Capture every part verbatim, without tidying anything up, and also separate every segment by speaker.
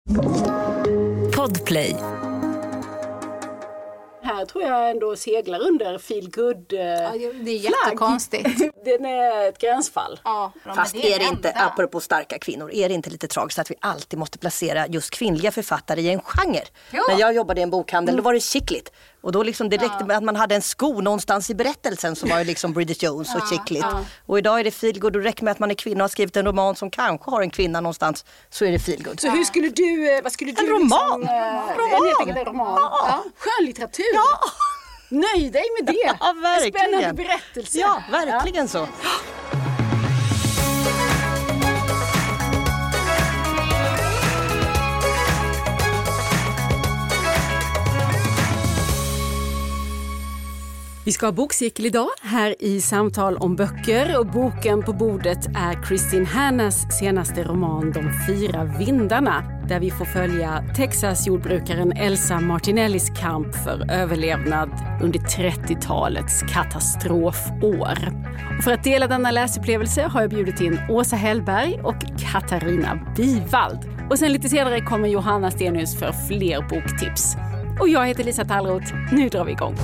Speaker 1: Podplay.
Speaker 2: Här tror jag ändå seglar under feel good. Eh,
Speaker 3: ja, det är jättekonstigt.
Speaker 2: Den är ett gränsfall.
Speaker 3: Ja,
Speaker 4: fast är det inte, apropå starka kvinnor, är det inte lite tragiskt att vi alltid måste placera just kvinnliga författare i en genre? Ja. När jag jobbade i en bokhandel, då var det chickligt. Och då liksom det räckte ja. med att man hade en sko någonstans i berättelsen som var ju liksom Bridget Jones och ja. chickligt. Ja. Och idag är det feel good, och det räcker med att man är kvinna och har skrivit en roman som kanske har en kvinna någonstans, så är det feel good.
Speaker 2: Så ja. hur skulle du, vad skulle du
Speaker 4: en roman!
Speaker 2: Liksom,
Speaker 4: äh, roman!
Speaker 2: En, en roman. Ja. Ja. Skönlitteratur!
Speaker 4: Ja!
Speaker 2: Nöj dig med det!
Speaker 4: Ja, verkligen.
Speaker 2: Spännande berättelse!
Speaker 4: Ja, verkligen ja. så.
Speaker 2: Vi ska ha bokcirkel idag här i Samtal om böcker, och boken på bordet är Kristin Hannas senaste roman De fyra vindarna, där vi får följa Texas jordbrukaren Elsa Martinellis kamp för överlevnad under trettiotalets katastrofår. Och för att dela denna läsupplevelse har jag bjudit in Åsa Hellberg och Katarina Bivald. Och sen lite senare kommer Johanna Stenhus för fler boktips. Och jag heter Lisa Tallroth. Nu drar vi igång.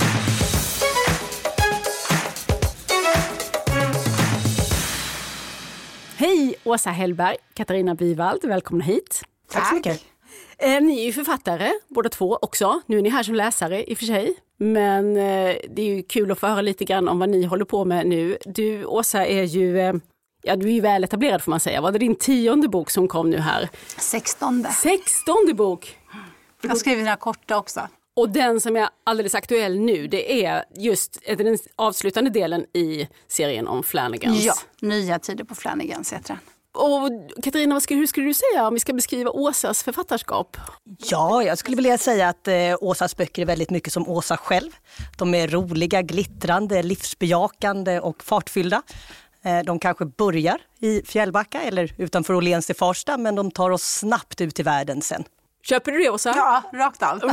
Speaker 2: Hej Åsa Hellberg, Katarina Bivald, välkomna hit.
Speaker 4: Tack så mycket.
Speaker 2: Eh, ni är ju författare, båda två också. Nu är ni här som läsare i och för sig. Men eh, det är ju kul att få höra lite grann om vad ni håller på med nu. Du, Åsa, är ju, eh, ja, du är ju väl etablerad får man säga. Var det din tionde bok som kom nu här?
Speaker 3: Sextonde.
Speaker 2: Sextonde bok.
Speaker 3: Jag har skrivit några korta också.
Speaker 2: Och den som är alldeles aktuell nu, det är just den avslutande delen i serien om Flanagans.
Speaker 3: Ja, Nya tider på Flanagans heter den.
Speaker 2: Och Katarina, vad skulle, hur skulle du säga om vi ska beskriva Åsas författarskap?
Speaker 4: Ja, jag skulle vilja säga att eh, Åsas böcker är väldigt mycket som Åsa själv. De är roliga, glittrande, livsbejakande och fartfyllda. Eh, de kanske börjar i Fjällbacka eller utanför Åhléns i Farsta, men de tar oss snabbt ut i världen sen.
Speaker 2: Köper du det, Åsa?
Speaker 3: Ja, rakt av.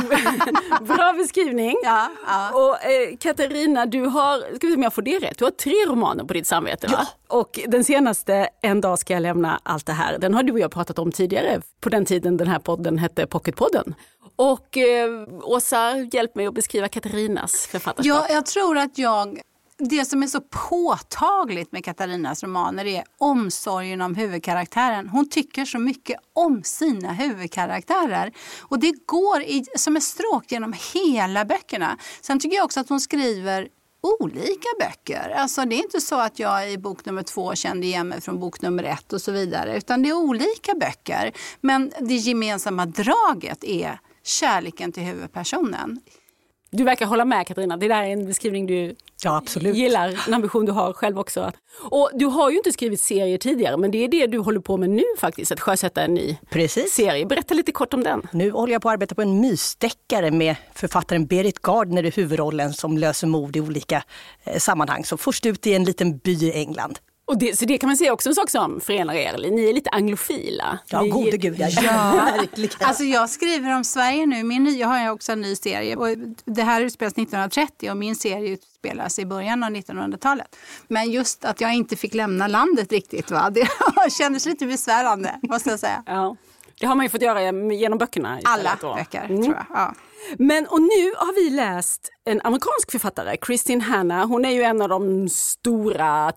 Speaker 2: Bra beskrivning.
Speaker 3: Ja, ja.
Speaker 2: Och eh, Katarina, du har, ska vi se om jag får det rätt, du har tre romaner på ditt samvete, va? Ja. Och den senaste, En dag ska jag lämna allt det här, den har du och jag pratat om tidigare, på den tiden den här podden hette Pocketpodden. Och eh, Åsa, hjälp mig att beskriva Katarinas författarskap.
Speaker 3: Ja, jag tror att jag... Det som är så påtagligt med Katarinas romaner är omsorgen om huvudkaraktären. Hon tycker så mycket om sina huvudkaraktärer. Och det går i, som en stråk genom hela böckerna. Sen tycker jag också att hon skriver olika böcker. Alltså det är inte så att jag i bok nummer två kände igen mig från bok nummer ett och så vidare. Utan det är olika böcker. Men det gemensamma draget är kärleken till huvudpersonen.
Speaker 2: Du verkar hålla med, Katarina. Det där är en beskrivning du
Speaker 4: ja, absolut.
Speaker 2: gillar. En ambition du har själv också. Och du har ju inte skrivit serier tidigare, men det är det du håller på med nu faktiskt. Att sjösätta en ny
Speaker 4: Precis.
Speaker 2: serie. Berätta lite kort om den.
Speaker 4: Nu håller jag på att arbeta på en mysdeckare med författaren Berit Gardner i huvudrollen som löser mord i olika eh, sammanhang. Så först ut i en liten by i England.
Speaker 2: Och det, så det kan man säga också en sak som förenar er. Ni är lite anglofila.
Speaker 4: Ja,
Speaker 2: Ni...
Speaker 4: gode gud. Ja, ja. Verkligen.
Speaker 3: Alltså jag skriver om Sverige nu. Min nya har jag också en ny serie. Och det här utspelas nittonhundratrettio och min serie utspelas i början av nittonhundratalet. Men just att jag inte fick lämna landet riktigt, va? Det kändes lite besvärande, måste jag säga.
Speaker 2: Ja. Det har man ju fått göra genom böckerna.
Speaker 3: Alla böcker, mm. tror jag. Ja.
Speaker 2: Men och nu har vi läst en amerikansk författare, Kristin Hanna. Hon är ju en av de stora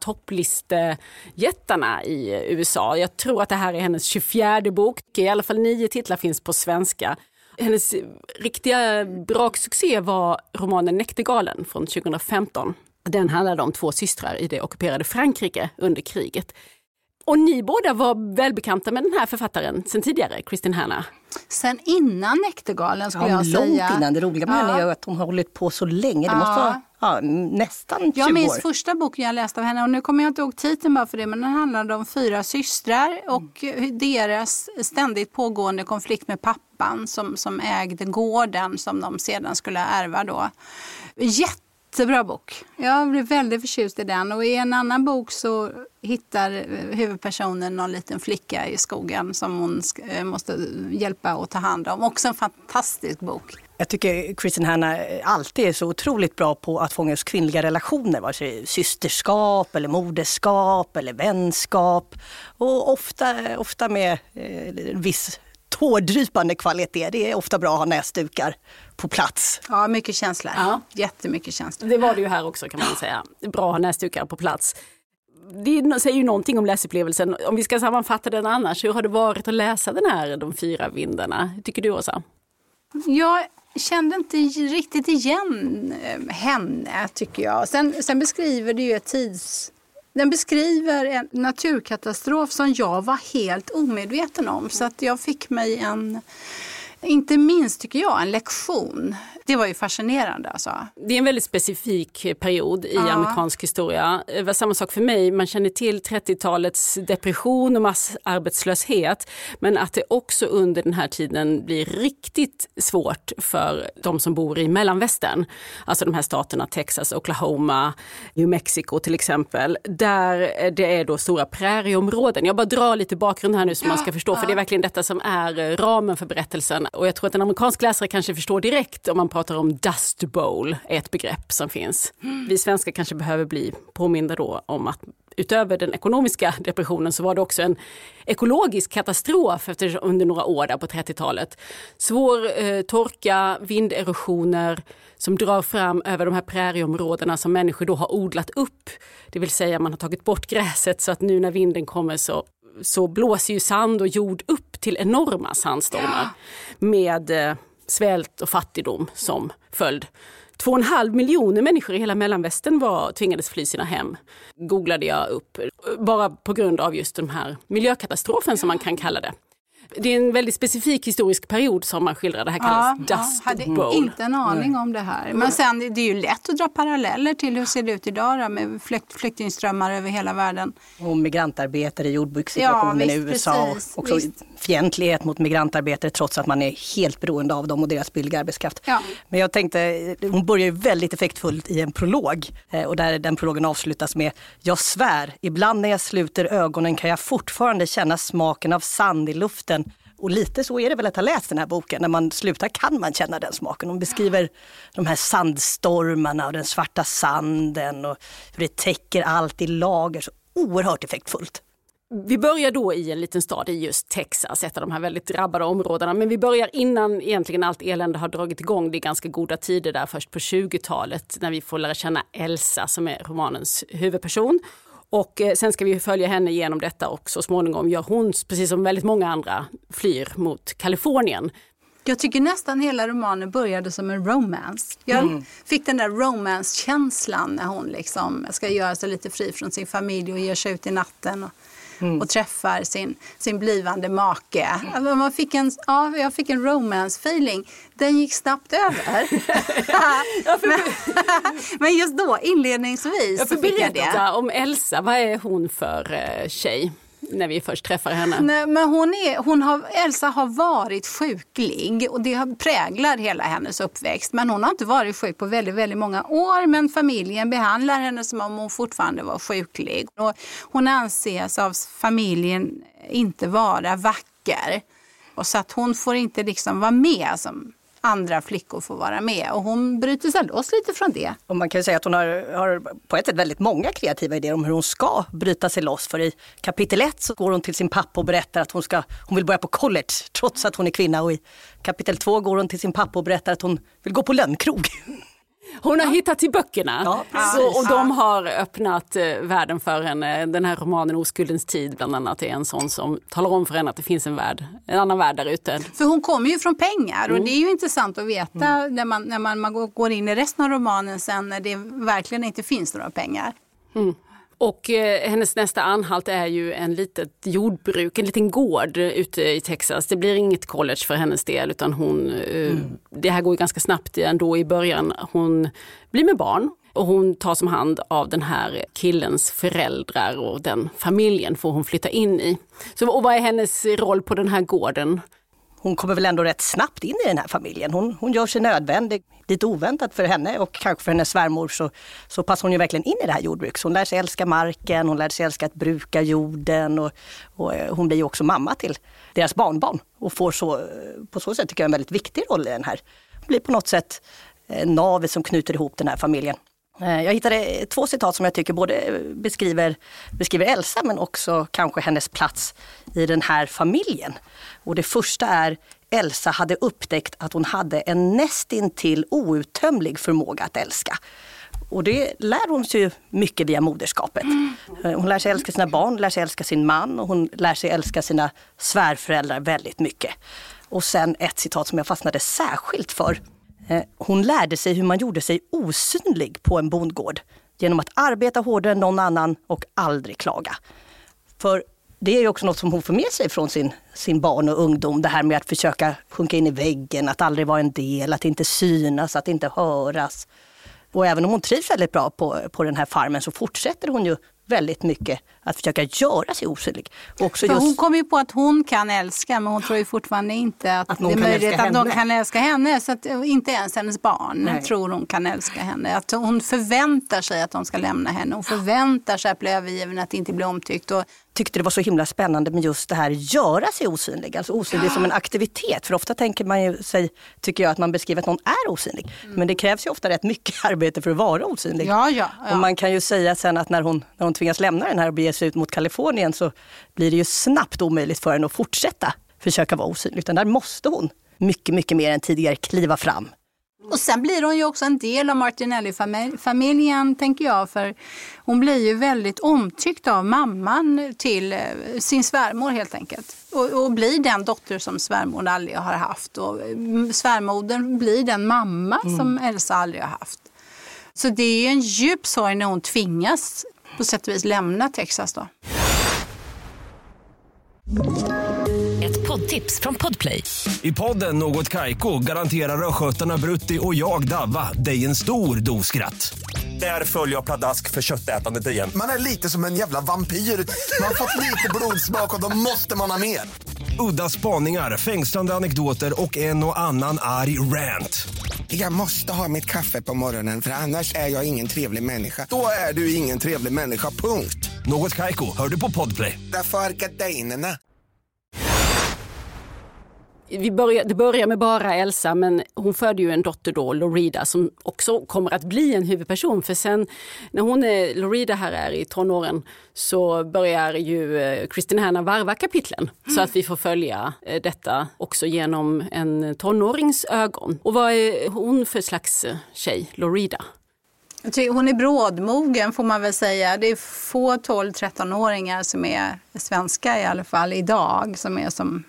Speaker 2: topplistejättarna i U S A. Jag tror att det här är hennes tjugofjärde bok. I alla fall nio titlar finns på svenska. Hennes riktiga braksuccé var romanen Näktergalen från tjugohundrafemton. Den handlade om två systrar i det ockuperade Frankrike under kriget. Och ni båda var välbekanta med den här författaren sen tidigare, Kristin Hanna.
Speaker 3: Sen innan Näktergalen skulle
Speaker 4: ja,
Speaker 3: jag säga.
Speaker 4: Långt innan. Det roliga med ja. henne är att hon har hållit på så länge. Det
Speaker 3: ja.
Speaker 4: måste vara ja, nästan tjugo år.
Speaker 3: Jag minns första boken jag läste av henne och nu kommer jag inte ihåg titeln bara för det, men den handlade om fyra systrar och mm. deras ständigt pågående konflikt med pappan som, som ägde gården som de sedan skulle ärva då. Jätte Jättebra bok. Jag blev väldigt förtjust i den. Och i en annan bok så hittar huvudpersonen någon liten flicka i skogen som hon måste hjälpa och ta hand om. Också en fantastisk bok.
Speaker 4: Jag tycker Kristin Hanna alltid är så otroligt bra på att fånga just kvinnliga relationer. Vare sig systerskap eller moderskap eller vänskap. Och ofta, ofta med eh, viss tårdrypande kvalitet. Det är ofta bra att ha näsdukar på plats.
Speaker 3: Ja, mycket känslor.
Speaker 2: Ja.
Speaker 3: Jättemycket känslor.
Speaker 2: Det var det ju här också kan man säga. Bra att ha näsdukar på plats. Det säger ju någonting om läsupplevelsen. Om vi ska sammanfatta den annars, hur har det varit att läsa den här De fyra vindarna? Hur tycker du, Åsa?
Speaker 3: Jag kände inte riktigt igen henne, tycker jag. Sen, sen beskriver det ju ett tids... Den beskriver en naturkatastrof som jag var helt omedveten om. Så att jag fick mig en, inte minst tycker jag, en lektion. Det var ju fascinerande alltså.
Speaker 2: Det är en väldigt specifik period i ja. amerikansk historia. Det var samma sak för mig. Man känner till trettiotalets depression och massarbetslöshet. Men att det också under den här tiden blir riktigt svårt för de som bor i mellanvästern. Alltså de här staterna Texas, Oklahoma, New Mexico till exempel. Där det är då stora prärieområden. Jag bara drar lite bakgrund här nu så man ska förstå. För det är verkligen detta som är ramen för berättelsen. Och jag tror att en amerikansk läsare kanske förstår direkt om man pratar om Dust Bowl är ett begrepp som finns. Mm. Vi svenskar kanske behöver bli påminda då om att utöver den ekonomiska depressionen så var det också en ekologisk katastrof efter, under några år där på trettiotalet. Svår eh, torka, vinderosioner som drar fram över de här prärieområdena som människor då har odlat upp. Det vill säga man har tagit bort gräset så att nu när vinden kommer så så blåser ju sand och jord upp till enorma sandstormar ja. med eh, svält och fattigdom som följd. Två och en halv miljoner människor i hela mellanvästern var, tvingades fly sina hem. Googlade jag upp. Bara på grund av just den här miljökatastrofen som man kan kalla det. Det är en väldigt specifik historisk period som man skildrar. Det här kallas ja, Dust
Speaker 3: ja, hade
Speaker 2: Bowl.
Speaker 3: Inte en aning Nej. om det här. Men sen det är ju lätt att dra paralleller till hur ser det ut idag då, med flykt, flyktingströmmar över hela världen.
Speaker 4: Och migrantarbetare i jordbrukssituationen ja, i U S A. Precis, också visst. Fientlighet mot migrantarbetare trots att man är helt beroende av dem och deras billiga arbetskraft. Ja. Men jag tänkte, hon börjar ju väldigt effektfullt i en prolog. Och där den prologen avslutas med: jag svär, ibland när jag sluter ögonen kan jag fortfarande känna smaken av sand i luften. Och lite så är det väl att ha läst den här boken. När man slutar kan man känna den smaken. Hon beskriver de här sandstormarna och den svarta sanden och hur det täcker allt i lager så oerhört effektfullt.
Speaker 2: Vi börjar då i en liten stad i just Texas, ett av de här väldigt drabbade områdena. Men vi börjar innan egentligen allt elände har dragit igång. Det är ganska goda tider där, först på tjugotalet när vi får lära känna Elsa som är romanens huvudperson. Och sen ska vi följa henne genom detta och så småningom gör hon, precis som väldigt många andra, flyr mot Kalifornien.
Speaker 3: Jag tycker nästan hela romanen började som en romance. Jag mm. fick den där romance-känslan när hon liksom ska göra sig lite fri från sin familj och ger sig ut i natten och, mm. och träffar sin, sin blivande make. Mm. Man fick en, ja, jag fick en romance-feeling. Den gick snabbt över. ja, för... men, men just då, inledningsvis,
Speaker 2: jag
Speaker 3: så fick jag det.
Speaker 2: Om Elsa, vad är hon för uh, tjej? När vi först träffar henne.
Speaker 3: Nej, men hon är, hon har, Elsa har varit sjuklig och det har präglat hela hennes uppväxt. Men hon har inte varit sjuk på väldigt, väldigt många år. Men familjen behandlar henne som om hon fortfarande var sjuklig. Och hon anses av familjen inte vara vacker. Och så att hon får inte liksom vara med som andra flickor får vara med. Och hon bryter sig loss lite från det.
Speaker 4: Och man kan ju säga att hon har, har på ett sätt väldigt många kreativa idéer om hur hon ska bryta sig loss. För i kapitel ett så går hon till sin pappa och berättar att hon, ska, hon vill börja på college trots att hon är kvinna. Och i kapitel två går hon till sin pappa och berättar att hon vill gå på lönnkrog.
Speaker 2: Hon har ja. hittat till böckerna
Speaker 4: ja,
Speaker 2: så, och de har öppnat eh, världen för henne. Den här romanen Oskuldens tid bland annat är en sån som talar om för henne att det finns en värld, en annan värld där ute.
Speaker 3: För hon kommer ju från pengar och mm. det är ju intressant att veta mm. när, man, när man, man går in i resten av romanen sen när det verkligen inte finns några pengar.
Speaker 2: Mm. Och eh, hennes nästa anhalt är ju en litet jordbruk, en liten gård ute i Texas. Det blir inget college för hennes del utan hon, eh, mm. det här går ju ganska snabbt ändå i början. Hon blir med barn och hon tar som hand av den här killens föräldrar och den familjen får hon flytta in i. Så, och vad är hennes roll på den här gården?
Speaker 4: Hon kommer väl ändå rätt snabbt in i den här familjen. Hon, hon gör sig nödvändig, lite oväntat för henne och kanske för hennes svärmor så, så passar hon ju verkligen in i det här jordbruket. Så hon lär sig älska marken, hon lär sig älska att bruka jorden och, och hon blir ju också mamma till deras barnbarn. Och får så, på så sätt tycker jag en väldigt viktig roll i den här. Hon blir på något sätt navet som knyter ihop den här familjen. Jag hittade två citat som jag tycker både beskriver, beskriver Elsa men också kanske hennes plats i den här familjen. Och det första är: Elsa hade upptäckt att hon hade en nästintill outtömlig förmåga att älska. Och det lär hon sig ju mycket via moderskapet. Mm. Hon lär sig älska sina barn, lär sig älska sin man och hon lär sig älska sina svärföräldrar väldigt mycket. Och sen ett citat som jag fastnade särskilt för. Hon lärde sig hur man gjorde sig osynlig på en bondgård genom att arbeta hårdare än någon annan och aldrig klaga. För det är ju också något som hon får med sig från sin, sin barn och ungdom. Det här med att försöka sjunka in i väggen, att aldrig vara en del, att inte synas, att inte höras. Och även om hon trivs väldigt bra på, på den här farmen så fortsätter hon ju väldigt mycket att försöka göra sig osynlig. Också just...
Speaker 3: Hon kommer ju på att hon kan älska, men hon tror ju fortfarande inte att,
Speaker 4: att
Speaker 3: det är möjligt att någon kan älska henne. Så att inte ens hennes barn Nej. tror hon kan älska henne. Att hon förväntar sig att de ska lämna henne. Hon förväntar sig att bli övergiven, att inte bli omtyckt. Och
Speaker 4: tyckte det var så himla spännande med just det här göra sig osynlig. Alltså osynlig ja. som en aktivitet. För ofta tänker man ju sig, tycker jag, att man beskriver att någon är osynlig. Mm. Men det krävs ju ofta rätt mycket arbete för att vara osynlig.
Speaker 3: Ja, ja, ja.
Speaker 4: Och man kan ju säga sen att när hon, när hon tvingas lämna den här och bege sig ut mot Kalifornien så blir det ju snabbt omöjligt för henne att fortsätta försöka vara osynlig. Utan där måste hon mycket, mycket mer än tidigare kliva fram.
Speaker 3: Och sen blir hon ju också en del av Martinelli-familjen, tänker jag. För hon blir ju väldigt omtyckt av mamman till sin svärmor helt enkelt. Och, och blir den dotter som svärmor aldrig har haft. Och svärmodern blir den mamma mm. som Elsa aldrig har haft. Så det är ju en djup sorg när hon tvingas på sätt och vis lämna Texas då.
Speaker 1: Ett poddtips från Podplay.
Speaker 5: I podden Något Kaiko garanterar röskötarna Brutti och jag Davva dig en stor doskratt. Där följer jag pladask för köttätandet igen.
Speaker 6: Man är lite som en jävla vampyr. Man har fått lite blodsmak och då måste man ha mer.
Speaker 5: Udda spaningar, fängslande anekdoter och en och annan arg rant.
Speaker 6: Jag måste ha mitt kaffe på morgonen för annars är jag ingen trevlig människa. Då är du ingen trevlig människa, punkt.
Speaker 5: Något Kaiko, hör du på Podplay.
Speaker 6: Därför är gardinerna.
Speaker 2: Vi börjar, det börjar med bara Elsa, men hon födde ju en dotter då, Lorida, som också kommer att bli en huvudperson. För sen när hon är, Lorida här är i tonåren, så börjar ju Kristin Hanna varva kapitlen. Mm. Så att vi får följa detta också genom en tonårings ögon. Och vad är hon för slags tjej, Lorida?
Speaker 3: Hon är brådmogen får man väl säga. Det är få tolv-tretton-åringar som är svenska i alla fall idag som är som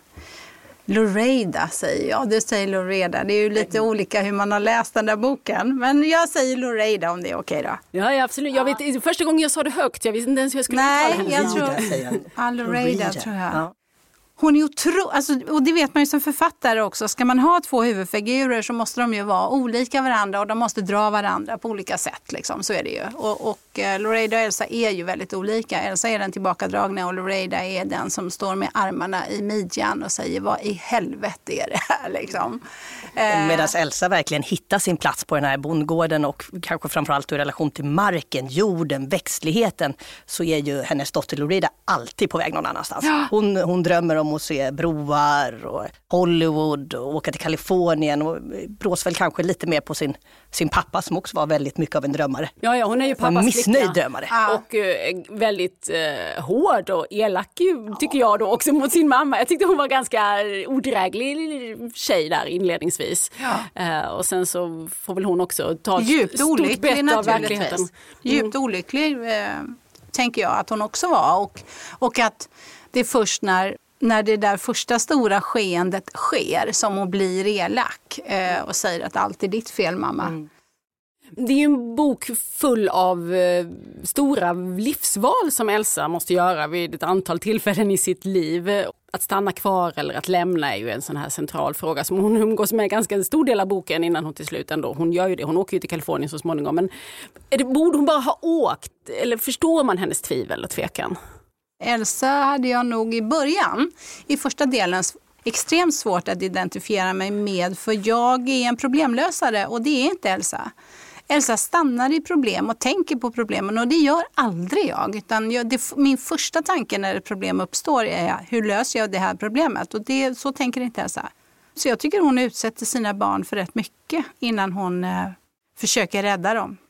Speaker 3: Loreda säger jag. Du säger Loreda. Det är ju lite mm. olika hur man har läst den där boken. Men jag säger Loreda om det är okej då.
Speaker 2: Ja, ja absolut. Jag vet, första gången jag sa det högt, jag visste inte ens hur jag skulle
Speaker 3: Nej,
Speaker 2: uttala
Speaker 3: jag tror... Ja, Loreda tror jag. Ja. Hon är otro... alltså, och det vet man ju som författare också. Ska man ha två huvudfigurer så måste de ju vara olika varandra och de måste dra varandra på olika sätt. Liksom. Så är det ju. Och, och eh, Loreda och Elsa är ju väldigt olika. Elsa är den tillbakadragna och Loreda är den som står med armarna i midjan och säger vad i helvete är det här liksom.
Speaker 4: Eh... Medan Elsa verkligen hittar sin plats på den här bondgården och kanske framförallt i relation till marken, jorden, växtligheten, så är ju hennes dotter Loreda alltid på väg någon annanstans. Ja. Hon, hon drömmer om att se broar och Hollywood och åka till Kalifornien och brås väl kanske lite mer på sin, sin pappa som också var väldigt mycket av en drömmare.
Speaker 2: Ja, ja hon är ju pappas
Speaker 4: missnöjd drömmare.
Speaker 2: Och eh, väldigt eh, hård och elak tycker jag då också mot sin mamma. Jag tyckte hon var ganska odräglig tjej där inledningsvis. Ja. Eh, och sen så får väl hon också ta ett
Speaker 3: djupt
Speaker 2: stort bett av verkligheten. Mm.
Speaker 3: Djupt olycklig eh, tänker jag att hon också var och, och att det är först när när det där första stora skeendet sker som hon blir elak eh, och säger att allt är ditt fel, mamma. Mm.
Speaker 2: Det är ju en bok full av eh, stora livsval som Elsa måste göra vid ett antal tillfällen i sitt liv. Att stanna kvar eller att lämna är ju en sån här central fråga som hon umgås med ganska en stor del av boken innan hon till slut ändå. Hon gör ju det, hon åker ju till Kalifornien så småningom. Men är det, borde hon bara ha åkt? Eller förstår man hennes tvivel och tvekan?
Speaker 3: Elsa hade jag nog i början, i första delen, extremt svårt att identifiera mig med. För jag är en problemlösare och det är inte Elsa. Elsa stannar i problem och tänker på problemen och det gör aldrig jag. Utan jag, det, min första tanke när ett problem uppstår är hur löser jag det här problemet? Och det, så tänker inte Elsa. Så jag tycker hon utsätter sina barn för rätt mycket innan hon eh, försöker rädda dem.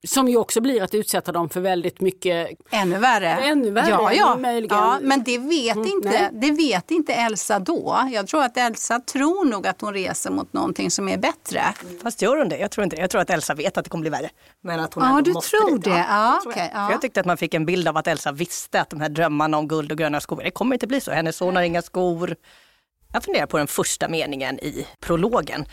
Speaker 2: Som ju också blir att utsätta dem för väldigt mycket...
Speaker 3: Ännu värre.
Speaker 2: Ännu värre.
Speaker 3: Ja, ja.
Speaker 2: Möjligen.
Speaker 3: ja men det vet,
Speaker 2: Mm,
Speaker 3: inte, det vet inte Elsa då. Jag tror att Elsa tror nog att hon reser mot någonting som är bättre.
Speaker 4: Fast gör hon det? Jag tror inte det. Jag tror att Elsa vet att det kommer bli värre. Men att hon
Speaker 3: ja,
Speaker 4: ändå
Speaker 3: du
Speaker 4: måste
Speaker 3: tror
Speaker 4: dit.
Speaker 3: det?
Speaker 4: Ja,
Speaker 3: Ja,
Speaker 4: tror
Speaker 3: okay,
Speaker 4: jag.
Speaker 3: ja.
Speaker 4: För jag tyckte att man fick en bild av att Elsa visste att de här drömmarna om guld och gröna skor, det kommer inte bli så. Hennes son har inga skor. Jag funderar på den första meningen i prologen.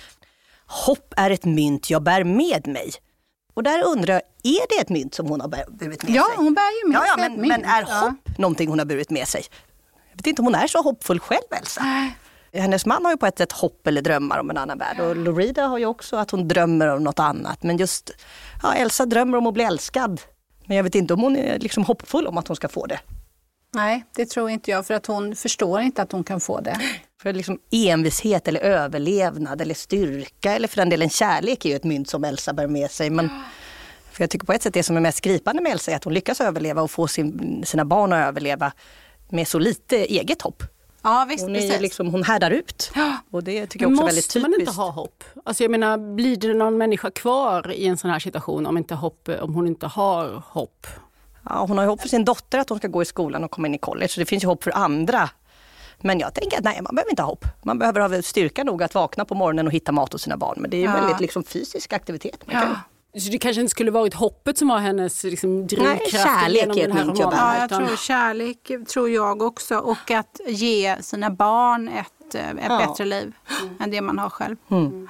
Speaker 4: Hopp är ett mynt jag bär med mig. Och där undrar jag, är det ett mynt som hon har burit med
Speaker 3: ja,
Speaker 4: sig?
Speaker 3: Ja, hon bär ju med
Speaker 4: ja, ja,
Speaker 3: sig
Speaker 4: men,
Speaker 3: ett mynt.
Speaker 4: men är
Speaker 3: ja.
Speaker 4: hopp någonting hon har burit med sig? Jag vet inte om hon är så hoppfull själv, Elsa.
Speaker 3: Nej.
Speaker 4: Hennes man har ju på ett sätt hopp eller drömmar om en annan värld. Och Lorida har ju också att hon drömmer om något annat. Men just, ja, Elsa drömmer om att bli älskad. Men jag vet inte om hon är liksom hoppfull om att hon ska få det.
Speaker 3: Nej, det tror inte jag. För att hon förstår inte att hon kan få det.
Speaker 4: För liksom envishet eller överlevnad eller styrka eller för den delen kärlek är ju ett mynt som Elsa bär med sig. Men för jag tycker på ett sätt det som är mest gripande med Elsa är att hon lyckas överleva och få sin, sina barn att överleva med så lite eget hopp.
Speaker 3: Ja, visst,
Speaker 4: hon, är
Speaker 3: precis.
Speaker 4: liksom, hon härdar ut.
Speaker 3: Ja.
Speaker 4: Och det tycker jag också är väldigt typiskt.
Speaker 2: Måste man inte ha hopp? Alltså jag menar, blir det någon människa kvar i en sån här situation om, inte hopp, om hon inte har hopp?
Speaker 4: Ja, hon har ju hopp för sin dotter att hon ska gå i skolan och komma in i college. Så det finns ju hopp för andra. Men jag tänker att nej, man behöver inte ha hopp. Man behöver ha styrka nog att vakna på morgonen och hitta mat hos sina barn. Men det är ju
Speaker 3: ja.
Speaker 4: väldigt liksom fysisk aktivitet. Man kan...
Speaker 3: ja.
Speaker 2: Så det kanske inte skulle varit hoppet som var hennes liksom, drivkraft?
Speaker 4: Nej, kärlek
Speaker 2: genom den här
Speaker 4: är ett mynt
Speaker 2: romanen.
Speaker 3: Ja, jag
Speaker 2: utan...
Speaker 3: tror kärlek tror jag också. Och att ge sina barn ett, ett
Speaker 4: ja.
Speaker 3: bättre liv mm. än det man har själv.
Speaker 4: Mm.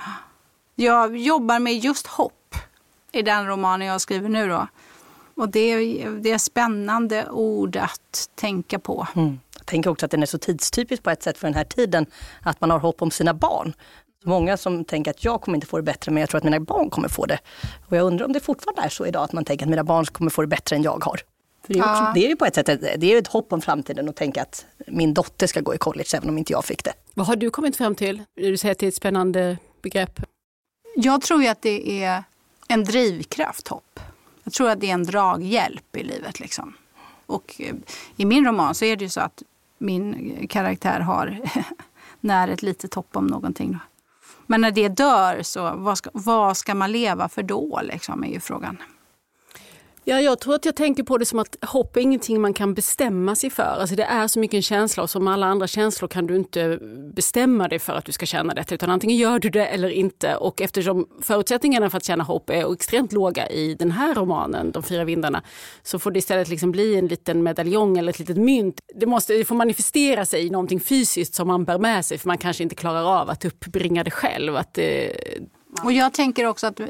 Speaker 3: Jag jobbar med just hopp i den romanen jag skriver nu då. Och det är, det är spännande ord att tänka på.
Speaker 4: Mm. Jag tänker också att den är så tidstypisk på ett sätt för den här tiden. Att man har hopp om sina barn. Många som tänker att jag kommer inte få det bättre men jag tror att mina barn kommer få det. Och jag undrar om det fortfarande är så idag att man tänker att mina barn kommer få det bättre än jag har. För det, är också, ja. det är ju på ett sätt det är ett hopp om framtiden att tänka att min dotter ska gå i college även om inte jag fick det.
Speaker 2: Vad har du kommit fram till? Du säger att det är ett spännande begrepp.
Speaker 3: Jag tror ju att det är en drivkraft, hopp. Jag tror att det är en draghjälp i livet liksom. Och i min roman så är det ju så att min karaktär har när ett litet hopp om någonting. Men när det dör så vad ska, vad ska man leva för då liksom är ju frågan.
Speaker 2: Ja, jag tror att jag tänker på det som att hopp är ingenting man kan bestämma sig för. Alltså det är så mycket en känsla och som alla andra känslor kan du inte bestämma dig för att du ska känna detta. Utan antingen gör du det eller inte. Och eftersom förutsättningarna för att känna hopp är extremt låga i den här romanen, De fyra vindarna, så får det istället liksom bli en liten medaljong eller ett litet mynt. Det, måste, det får manifestera sig i någonting fysiskt som man bär med sig för man kanske inte klarar av att uppbringa det själv. Att det...
Speaker 3: Och jag tänker också att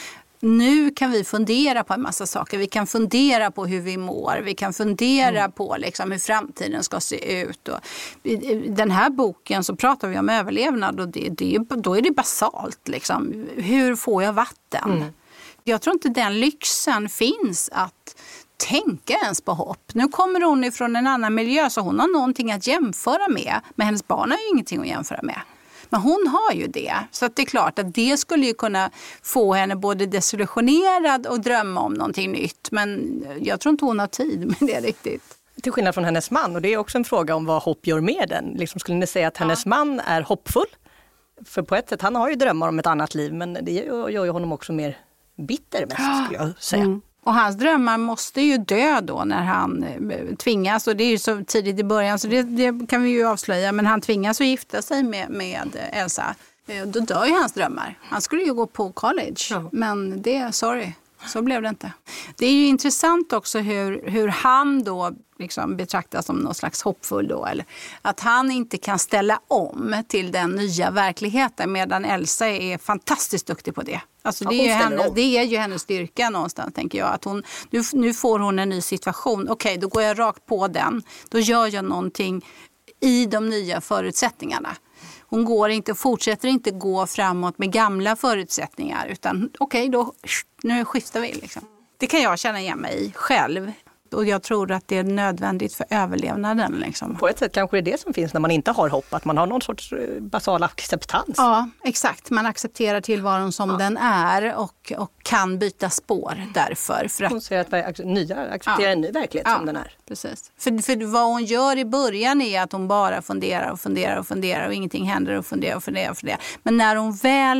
Speaker 3: nu kan vi fundera på en massa saker. Vi kan fundera på hur vi mår. Vi kan fundera mm. på liksom hur framtiden ska se ut. Och i den här boken så pratar vi om överlevnad och det, det, då är det basalt. Liksom. Hur får jag vatten? Mm. Jag tror inte den lyxen finns att tänka ens på hopp. Nu kommer hon ifrån en annan miljö så hon har någonting att jämföra med. Men hennes barn har ju ingenting att jämföra med. Men hon har ju det. Så att det är klart att det skulle ju kunna få henne både desillusionerad och drömma om någonting nytt. Men jag tror inte hon har tid med det riktigt.
Speaker 4: Till skillnad från hennes man. Och det är också en fråga om vad hopp gör med den. Liksom skulle ni säga att hennes ja. man är hoppfull? För på ett sätt, han har ju drömmar om ett annat liv. Men det gör ju honom också mer bitter mest skulle jag säga. Mm.
Speaker 3: Och hans drömmar måste ju dö då när han tvingas. Och det är ju så tidigt i början så det, det kan vi ju avslöja. Men han tvingas att gifta sig med, med Elsa. Då dör ju hans drömmar. Han skulle ju gå på college. Ja. Men det, sorry, så blev det inte. Det är ju intressant också hur, hur han då liksom betraktas som någon slags hoppfull då. Eller att han inte kan ställa om till den nya verkligheten medan Elsa är fantastiskt duktig på det. Alltså det, är ju henne, det är ju hennes styrka någonstans tänker jag. Att hon, nu, nu får hon en ny situation. Okej, då går jag rakt på den. Då gör jag någonting i de nya förutsättningarna. Hon går inte, fortsätter inte gå framåt med gamla förutsättningar. Utan okej, då nu skiftar vi liksom. Det kan jag känna igen mig i själv. Och jag tror att det är nödvändigt för överlevnaden. Liksom.
Speaker 4: På ett sätt kanske det är det som finns när man inte har hopp. Att man har någon sorts basal acceptans.
Speaker 3: Ja, exakt. Man accepterar tillvaron som ja. den är och, och kan byta spår därför. För att,
Speaker 4: hon säger att nya accepterar ja. en ny verklighet ja. som den är.
Speaker 3: Precis. För, för vad hon gör i början är att hon bara funderar och funderar och funderar och ingenting händer och funderar och funderar och funderar. Men när hon väl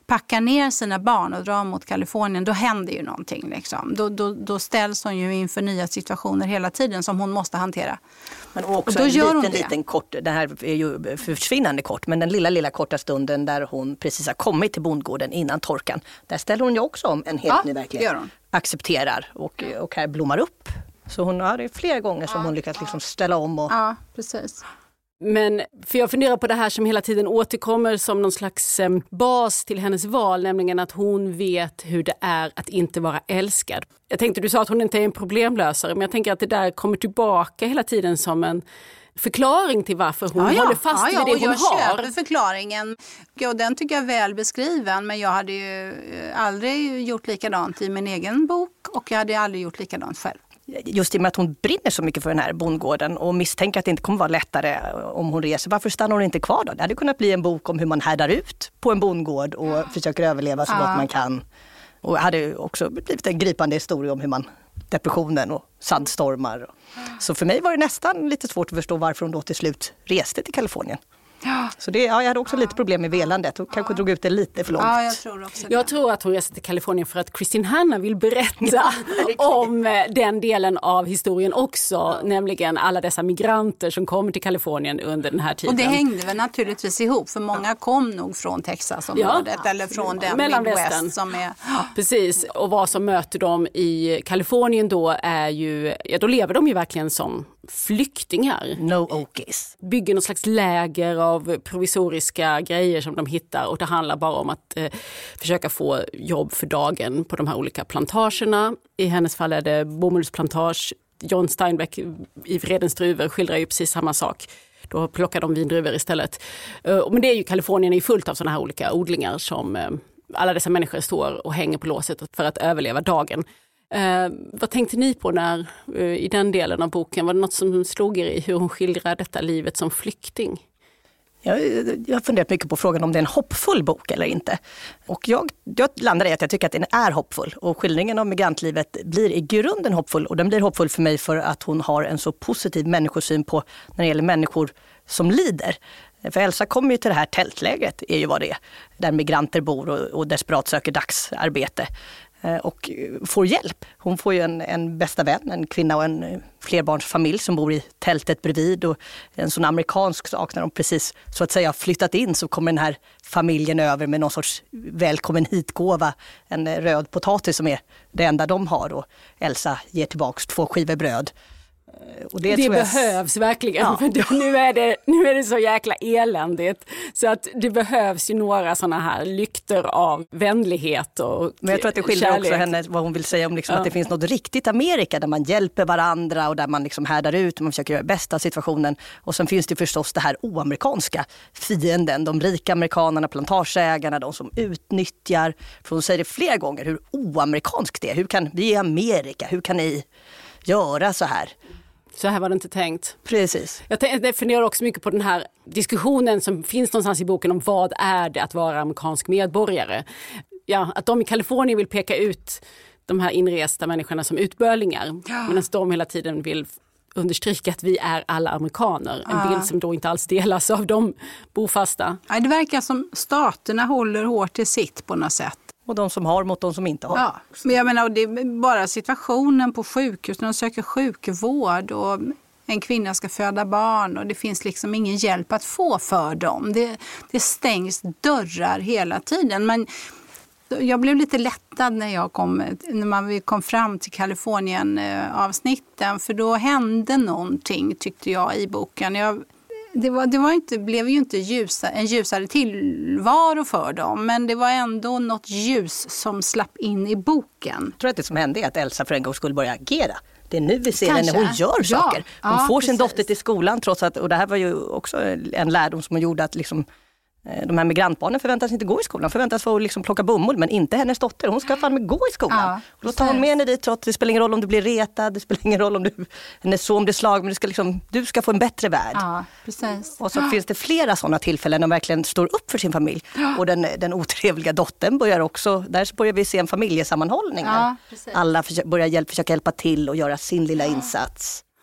Speaker 3: packar ner sina barn och drar mot Kalifornien, då händer ju någonting. Liksom. Då, då, då ställs hon ju inför nya situationer hela tiden som hon måste hantera.
Speaker 4: Men också
Speaker 3: och då
Speaker 4: en
Speaker 3: gör
Speaker 4: liten,
Speaker 3: hon det.
Speaker 4: liten kort, det här är ju försvinnande kort, men den lilla, lilla korta stunden där hon precis har kommit till bondgården innan torkan, där ställer hon ju också om en helt
Speaker 3: Ja,
Speaker 4: ny
Speaker 3: det
Speaker 4: verklighet.
Speaker 3: gör hon.
Speaker 4: Accepterar och, och här blommar upp. Så hon har det flera gånger som hon lyckats liksom ställa om. Och...
Speaker 3: Ja, precis.
Speaker 2: Men för jag funderar på det här som hela tiden återkommer som någon slags eh, bas till hennes val, nämligen att hon vet hur det är att inte vara älskad. Jag tänkte, du sa att hon inte är en problemlösare, men jag tänker att det där kommer tillbaka hela tiden som en förklaring till varför hon
Speaker 3: ja, ja.
Speaker 2: håller fast
Speaker 3: ja, ja,
Speaker 2: vid det hon
Speaker 3: jag
Speaker 2: har.
Speaker 3: Jag köper förklaringen och den tycker jag är väl beskriven, men jag hade ju aldrig gjort likadant i min egen bok och jag hade aldrig gjort likadant själv.
Speaker 4: Just i och med att hon brinner så mycket för den här bondgården och misstänker att det inte kommer vara lättare om hon reser. Varför stannar hon inte kvar då? Det hade kunnat bli en bok om hur man härdar ut på en bondgård och ja. försöker överleva så ja. gott man kan. Och hade också blivit en gripande historia om hur man depressionen och sandstormar. Så för mig var det nästan lite svårt att förstå varför hon då till slut reste till Kalifornien. Ja. Så det, ja, jag hade också lite problem med velandet och kanske drog ut det lite för långt.
Speaker 3: Ja, jag tror också det.
Speaker 2: Jag tror att hon reser till Kalifornien för att Kristin Hanna vill berätta om den delen av historien också, ja. nämligen alla dessa migranter som kommer till Kalifornien under den här tiden.
Speaker 3: Och det hängde väl naturligtvis ihop, för många ja. kom nog från Texasområdet ja. eller från den Midwest som är...
Speaker 2: Ja. Precis, och vad som möter dem i Kalifornien då är ju, ja då lever de ju verkligen som flyktingar.
Speaker 4: No okis.
Speaker 2: Bygger någon slags läger av provisoriska grejer som de hittar och det handlar bara om att eh, försöka få jobb för dagen på de här olika plantagerna. I hennes fall är det bomullsplantage. John Steinbeck i Vredens druvor skildrar ju precis samma sak. Då plockar de vindruvor istället. Uh, men det är ju, Kalifornien är ju fullt av sådana här olika odlingar som uh, alla dessa människor står och hänger på låset för att överleva dagen. Eh, vad tänkte ni på när, eh, i den delen av boken? Var det något som slog er i hur hon skildrar detta livet som flykting?
Speaker 4: Jag, jag har funderat mycket på frågan om det är en hoppfull bok eller inte. Och jag, jag landade i att jag tycker att den är hoppfull. Och skildringen av migrantlivet blir i grunden hoppfull. Och den blir hoppfull för mig för att hon har en så positiv människosyn på när det gäller människor som lider. För Elsa kommer ju till det här tältlägret, är ju vad det är. Där migranter bor och, och desperat söker dagsarbete. Och får hjälp. Hon får ju en, en bästa vän, en kvinna och en flerbarnsfamilj som bor i tältet bredvid. Och en sån amerikansk sak när de precis så att säga har flyttat in så kommer den här familjen över med någon sorts välkommen hitgåva. En röd potatis som är det enda de har och Elsa ger tillbaks två skivor bröd.
Speaker 2: Och det det behövs jag... verkligen, ja. för nu är, det, nu är det så jäkla eländigt. Så att det behövs ju några sådana här lykter av vänlighet och
Speaker 4: Men jag tror att det skiljer kärlek. Också henne vad hon vill säga om liksom ja. att det finns något riktigt Amerika där man hjälper varandra och där man liksom härdar ut och man försöker göra bästa situationen. Och sen finns det förstås det här oamerikanska fienden, de rika amerikanerna, plantageägarna, de som utnyttjar. För hon säger det flera gånger hur oamerikanskt det är. Hur kan vi i Amerika, hur kan ni göra så här?
Speaker 2: Så här var det inte tänkt.
Speaker 4: Precis.
Speaker 2: Jag funderar också mycket på den här diskussionen som finns någonstans i boken om vad är det att vara amerikansk medborgare. Ja, att de i Kalifornien vill peka ut de här inresta människorna som utbörlingar. Ja. Medan de hela tiden vill understryka att vi är alla amerikaner. En ja. bild som då inte alls delas av de bofasta.
Speaker 3: Ja, det verkar som staterna håller hårt till sitt på något sätt.
Speaker 4: Och de som har mot de som inte har.
Speaker 3: Ja, men jag menar, och det är bara situationen på sjukhus när de söker sjukvård och en kvinna ska föda barn och det finns liksom ingen hjälp att få för dem. Det, det stängs dörrar hela tiden. Men jag blev lite lättad när, jag kom, när man kom fram till Kalifornien-avsnitten för då hände någonting tyckte jag i boken. Jag Det, var, det var inte, blev ju inte ljusa, en ljusare tillvaro för dem, men det var ändå något ljus som slapp in i boken.
Speaker 4: Jag tror att det som hände är att Elsa för en gång skulle börja agera. Det är nu vi ser henne, hon gör ja. saker. Hon ja, får sin precis. dotter till skolan trots att, och det här var ju också en lärdom som hon gjorde att liksom de här migrantbarnen förväntas inte gå i skolan, förväntas få liksom plocka bomull, men inte hennes dotter. Hon ska fan med gå i skolan. Ja, och då tar hon med henne dit trots det spelar ingen roll om du blir retad, det spelar ingen roll om du hennes son blir slag, men du ska, liksom, du ska få en bättre värld.
Speaker 3: Ja, precis.
Speaker 4: Och så ja. finns det flera sådana tillfällen när de verkligen står upp för sin familj. Ja. Och den, den otrevliga dottern börjar också, där börjar vi se en familjesammanhållning. Ja, alla för, börjar hjälp, försöka hjälpa till och göra sin lilla ja. insats.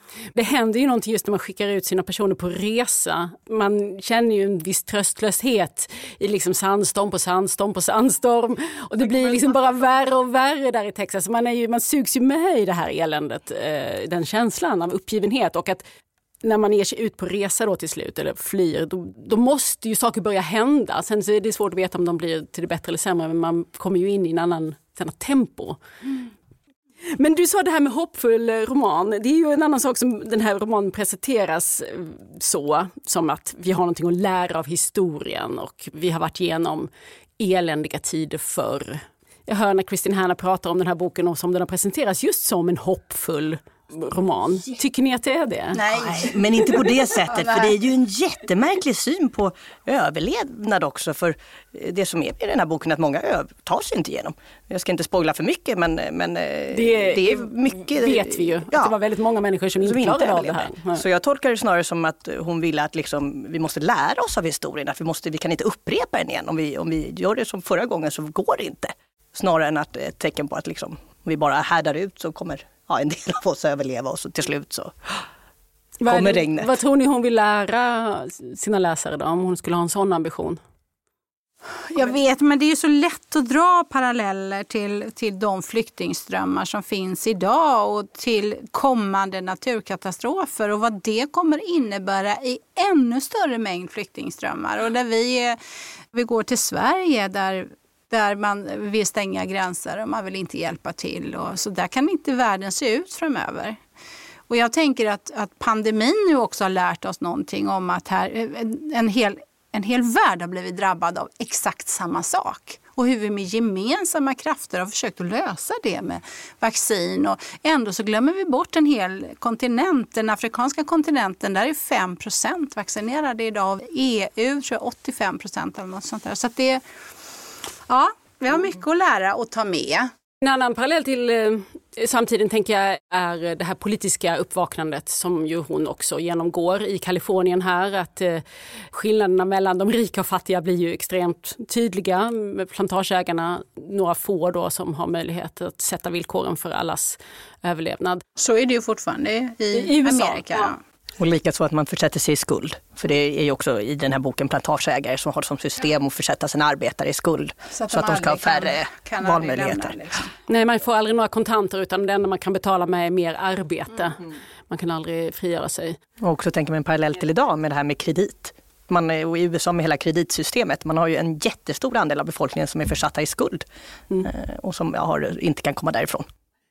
Speaker 2: Det händer ju någonting just när man skickar ut sina personer på resa. Man känner ju en viss tröstlöshet i liksom sandstorm på sandstorm på sandstorm. Och det blir liksom bara värre och värre där i Texas. Man, är ju, man sugs ju med i det här eländet, den känslan av uppgivenhet. Och att när man ger sig ut på resa då till slut eller flyr, då, då måste ju saker börja hända. Sen så är det svårt att veta om de blir till det bättre eller sämre, men man kommer ju in i en annan, en annan tempo. Mm. Men du sa det här med hoppfull roman. Det är ju en annan sak som den här romanen presenteras så, som att vi har någonting att lära av historien och vi har varit igenom eländiga tider förr. Jag hör när Kristin Hannah pratar om den här boken och som den har presenterats just som en hoppfull roman. Tycker ni att det är det?
Speaker 4: Nej, men inte på det sättet. För det är ju en jättemärklig syn på överlevnad också. För det som är i den här boken är att många tar sig inte igenom. Jag ska inte spoila för mycket, men, men det, det är mycket...
Speaker 2: vet vi ju. Ja, att det var väldigt många människor som, som inte klarade av det här. Ja.
Speaker 4: Så jag tolkar det snarare som att hon vill att liksom, vi måste lära oss av historien. Att vi, måste, vi kan inte upprepa den igen. Om vi, om vi gör det som förra gången så går det inte. Snarare än att ett tecken på att liksom, om vi bara härdar ut så kommer... Ja, en del av oss överleva och så till slut så kommer
Speaker 2: vad,
Speaker 4: regnet.
Speaker 2: Vad tror ni hon vill lära sina läsare då, om hon skulle ha en sån ambition?
Speaker 3: Jag vet, men det är ju så lätt att dra paralleller till, till de flyktingströmmar som finns idag och till kommande naturkatastrofer och vad det kommer innebära i ännu större mängd flyktingströmmar. Och där vi, vi går till Sverige där där man vill stänga gränser och man vill inte hjälpa till. Och så där kan inte världen se ut framöver. Och jag tänker att, att pandemin nu också har lärt oss någonting om att här, en, en, hel, en hel värld har blivit drabbad av exakt samma sak. Och hur vi med gemensamma krafter har försökt att lösa det med vaccin. Och ändå så glömmer vi bort en hel kontinent. Den afrikanska kontinenten, där är fem procent vaccinerade idag. Av E U tror jag åttiofem procent eller något sånt där. Så att det ja, vi har mycket att lära och ta med.
Speaker 2: En annan parallell till eh, samtiden tänker jag är det här politiska uppvaknandet som ju hon också genomgår i Kalifornien här. Att eh, skillnaderna mellan de rika och fattiga blir ju extremt tydliga med plantageägarna. Några få då som har möjlighet att sätta villkoren för allas överlevnad.
Speaker 3: Så är det ju fortfarande i, I U S A, Amerika. Ja.
Speaker 4: Och lika så att man försätter sig i skuld. För det är ju också i den här boken plantageägare som har som system att försätta sina arbetare i skuld. Så att, så att de ska ha färre kan, kan valmöjligheter. Liksom.
Speaker 2: Nej, man får aldrig några kontanter utan det enda man kan betala med är mer arbete. Mm. Man kan aldrig frigöra sig.
Speaker 4: Och också tänker man en parallell till idag med det här med kredit. Man, och i U S A med hela kreditsystemet. Man har ju en jättestor andel av befolkningen som är försatta i skuld. Mm. Och som ja, har, inte kan komma därifrån.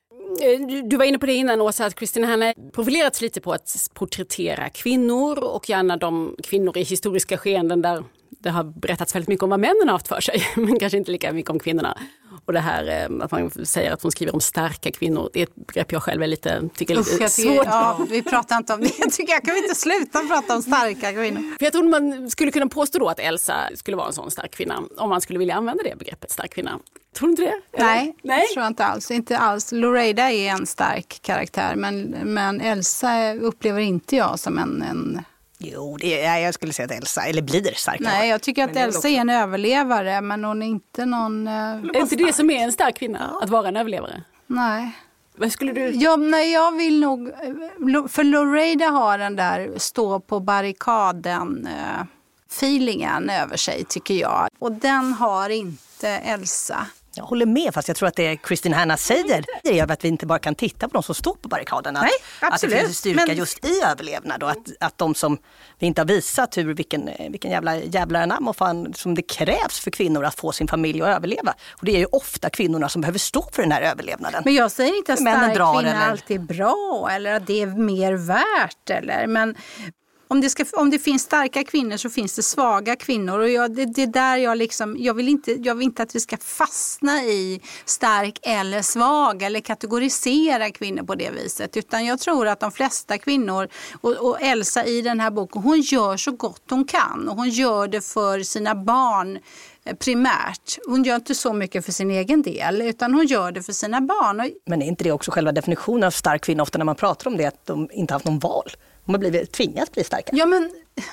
Speaker 2: Du var inne på det innan, Åsa, att Kristin Hannah profilerats lite på att porträttera kvinnor och gärna de kvinnor i historiska skeenden där det har berättats väldigt mycket om vad männen har haft för sig, men kanske inte lika mycket om kvinnorna. Och det här att man säger att hon skriver om starka kvinnor, det är ett begrepp jag själv är lite, tycker Usch, lite
Speaker 3: tycker, svårt. Ja, vi pratar inte om det. Jag tycker jag kan vi inte sluta prata om starka kvinnor.
Speaker 2: För jag tror man skulle kunna påstå då att Elsa skulle vara en sån stark kvinna, om man skulle vilja använda det begreppet stark kvinna. Tror du inte det?
Speaker 3: Nej, Nej, jag tror inte alls. Inte alls. Loreida är en stark karaktär, men, men Elsa upplever inte jag som en... en...
Speaker 4: Jo, det är, jag skulle säga att Elsa, eller blir starkare.
Speaker 3: Nej, jag tycker att Elsa är en överlevare, men hon är inte någon... Uh,
Speaker 2: är inte det som är en stark kvinna, ja. Att vara en överlevare?
Speaker 3: Nej.
Speaker 2: Vad skulle du...
Speaker 3: Ja, nej, jag vill nog... För Loreida har den där stå på barrikaden uh, feelingen över sig, tycker jag. Och den har inte Elsa.
Speaker 4: Jag håller med, fast jag tror att det Kristin Hannah säger det är att vi inte bara kan titta på de som står på barrikaderna.
Speaker 3: Nej,
Speaker 4: att,
Speaker 3: absolut.
Speaker 4: Att det finns styrka
Speaker 3: Men...
Speaker 4: just i överlevnad och att, att de som vi inte har visat hur, vilken, vilken jävla jävla namn och fan som det krävs för kvinnor att få sin familj att överleva. Och det är ju ofta kvinnorna som behöver stå för den här överlevnaden.
Speaker 3: Men jag säger inte att stark
Speaker 4: drar,
Speaker 3: kvinna
Speaker 4: eller...
Speaker 3: alltid är bra eller att det är mer värt. Eller, men... Om det, ska, om det finns starka kvinnor så finns det svaga kvinnor. Och jag, det, det där jag liksom, jag vill, inte, jag vill inte att vi ska fastna i stark eller svag eller kategorisera kvinnor på det viset. Utan jag tror att de flesta kvinnor, och, och Elsa i den här boken, hon gör så gott hon kan. Och hon gör det för sina barn primärt. Hon gör inte så mycket för sin egen del utan hon gör det för sina barn. Och...
Speaker 4: Men är inte det också själva definitionen av stark kvinna ofta när man pratar om det att de inte haft någon val? De har blivit tvingats bli starka.
Speaker 3: Ja, men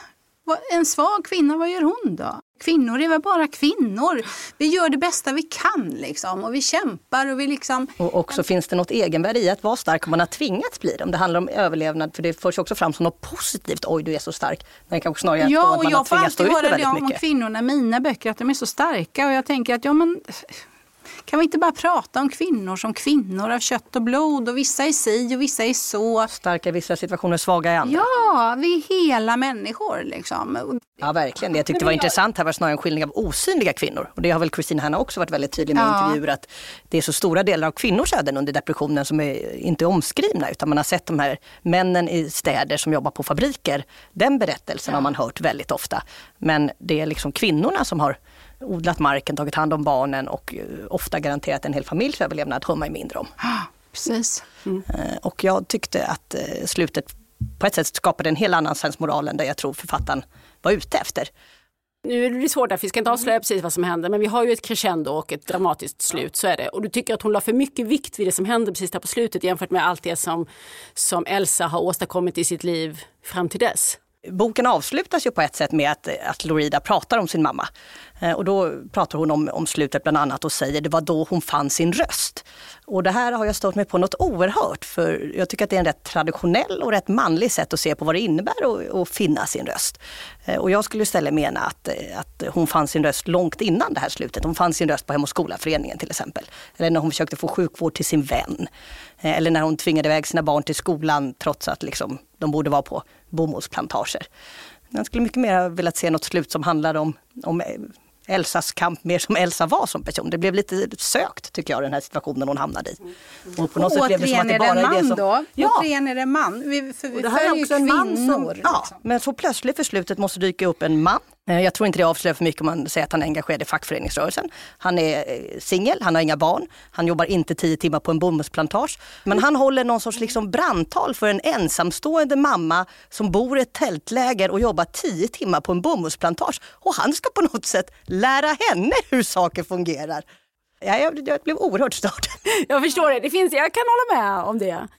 Speaker 3: En svag kvinna, vad gör hon då? Kvinnor är väl bara kvinnor. Vi gör det bästa vi kan liksom. Och vi kämpar och vi liksom...
Speaker 4: Och också finns det något egenvärde i att vara stark om man har tvingats bli det. Om det handlar om överlevnad, för det förs också fram som något positivt. Oj, du är så stark. Men det kanske snarare
Speaker 3: ja,
Speaker 4: att man har tvingats stå ut med väldigt mycket. Ja, och jag får alltid höra det om kvinnorna, mina böcker, att de är så starka. Och jag tänker att, ja men... Kan vi inte bara prata om kvinnor som kvinnor av kött och blod, och vissa är si och vissa är så. Starka i vissa situationer, svaga i andra.
Speaker 3: Ja, vi är hela människor liksom.
Speaker 4: Ja, verkligen. Det jag tyckte var intressant här var snarare en skildring av osynliga kvinnor. Och det har väl Christine Hanna också varit väldigt tydlig med i
Speaker 3: ja.
Speaker 4: intervjuer, att det är så stora delar av kvinnors öden under depressionen som är inte är omskrivna, utan man har sett de här männen i städer som jobbar på fabriker. Den berättelsen ja. har man hört väldigt ofta. Men det är liksom kvinnorna som har odlat marken, tagit hand om barnen och ofta garanterat en hel familjs överlevnad hör man mindre om.
Speaker 3: Precis. Mm.
Speaker 4: Och jag tyckte att slutet på ett sätt skapade en helt annan sensmoral än där jag tror författaren var ute efter.
Speaker 2: Nu är det svårt, för vi ska inte avslöja precis vad som händer, men vi har ju ett crescendo och ett dramatiskt slut, så är det. Och du tycker att hon la för mycket vikt vid det som hände precis där på slutet jämfört med allt det som, som Elsa har åstadkommit i sitt liv fram till dess.
Speaker 4: Boken avslutas ju på ett sätt med att, att Lorida pratar om sin mamma. Eh, och då pratar hon om, om slutet bland annat och säger det var då hon fann sin röst. Och det här har jag stått med på något oerhört, för jag tycker att det är en rätt traditionell och rätt manlig sätt att se på vad det innebär att finna sin röst. Eh, och jag skulle istället mena att, att hon fann sin röst långt innan det här slutet. Hon fann sin röst på Hem- och skolaföreningen till exempel. Eller när hon försökte få sjukvård till sin vän. Eh, eller när hon tvingade iväg sina barn till skolan trots att liksom, de borde vara på bomullsplantager. Jag skulle mycket mer vilja se något slut som handlar om, om Elsas kamp mer som Elsa var som person. Det blev lite sökt tycker jag, den här situationen hon hamnade i. Och på något sätt blev det som att det bara är det som...
Speaker 3: Då?
Speaker 4: Ja.
Speaker 3: Återigen är det en man. Vi, för, vi
Speaker 4: det här är också en man som...
Speaker 3: liksom.
Speaker 4: Ja, men så plötsligt för slutet måste dyka upp en man. Jag tror inte det avslöjar för mycket om man säger att han är engagerad i fackföreningsrörelsen. Han är singel, han har inga barn, han jobbar inte tio timmar på en bomullsplantage. Men han håller någon sorts liksom brandtal för en ensamstående mamma som bor i ett tältläger och jobbar tio timmar på en bomullsplantage. Och han ska på något sätt lära henne hur saker fungerar. Ja, jag, jag blev oerhört störd.
Speaker 2: Jag förstår det, det finns, jag kan hålla med om det.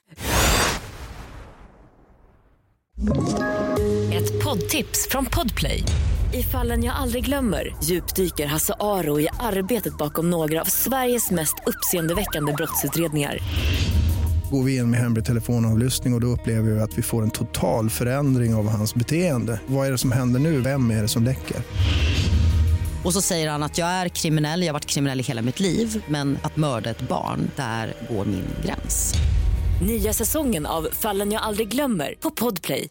Speaker 1: Ett poddtips från Podplay. I Fallen jag aldrig glömmer djupdyker Hasse Aro i arbetet bakom några av Sveriges mest uppseendeväckande brottsutredningar.
Speaker 7: Går vi in med hemlig telefonavlyssning och då upplever vi att vi får en total förändring av hans beteende. Vad är det som händer nu? Vem är det som läcker?
Speaker 8: Och så säger han att jag är kriminell, jag har varit kriminell i hela mitt liv. Men att mörda ett barn, där går min gräns.
Speaker 1: Nya säsongen av Fallen jag aldrig glömmer på Podplay.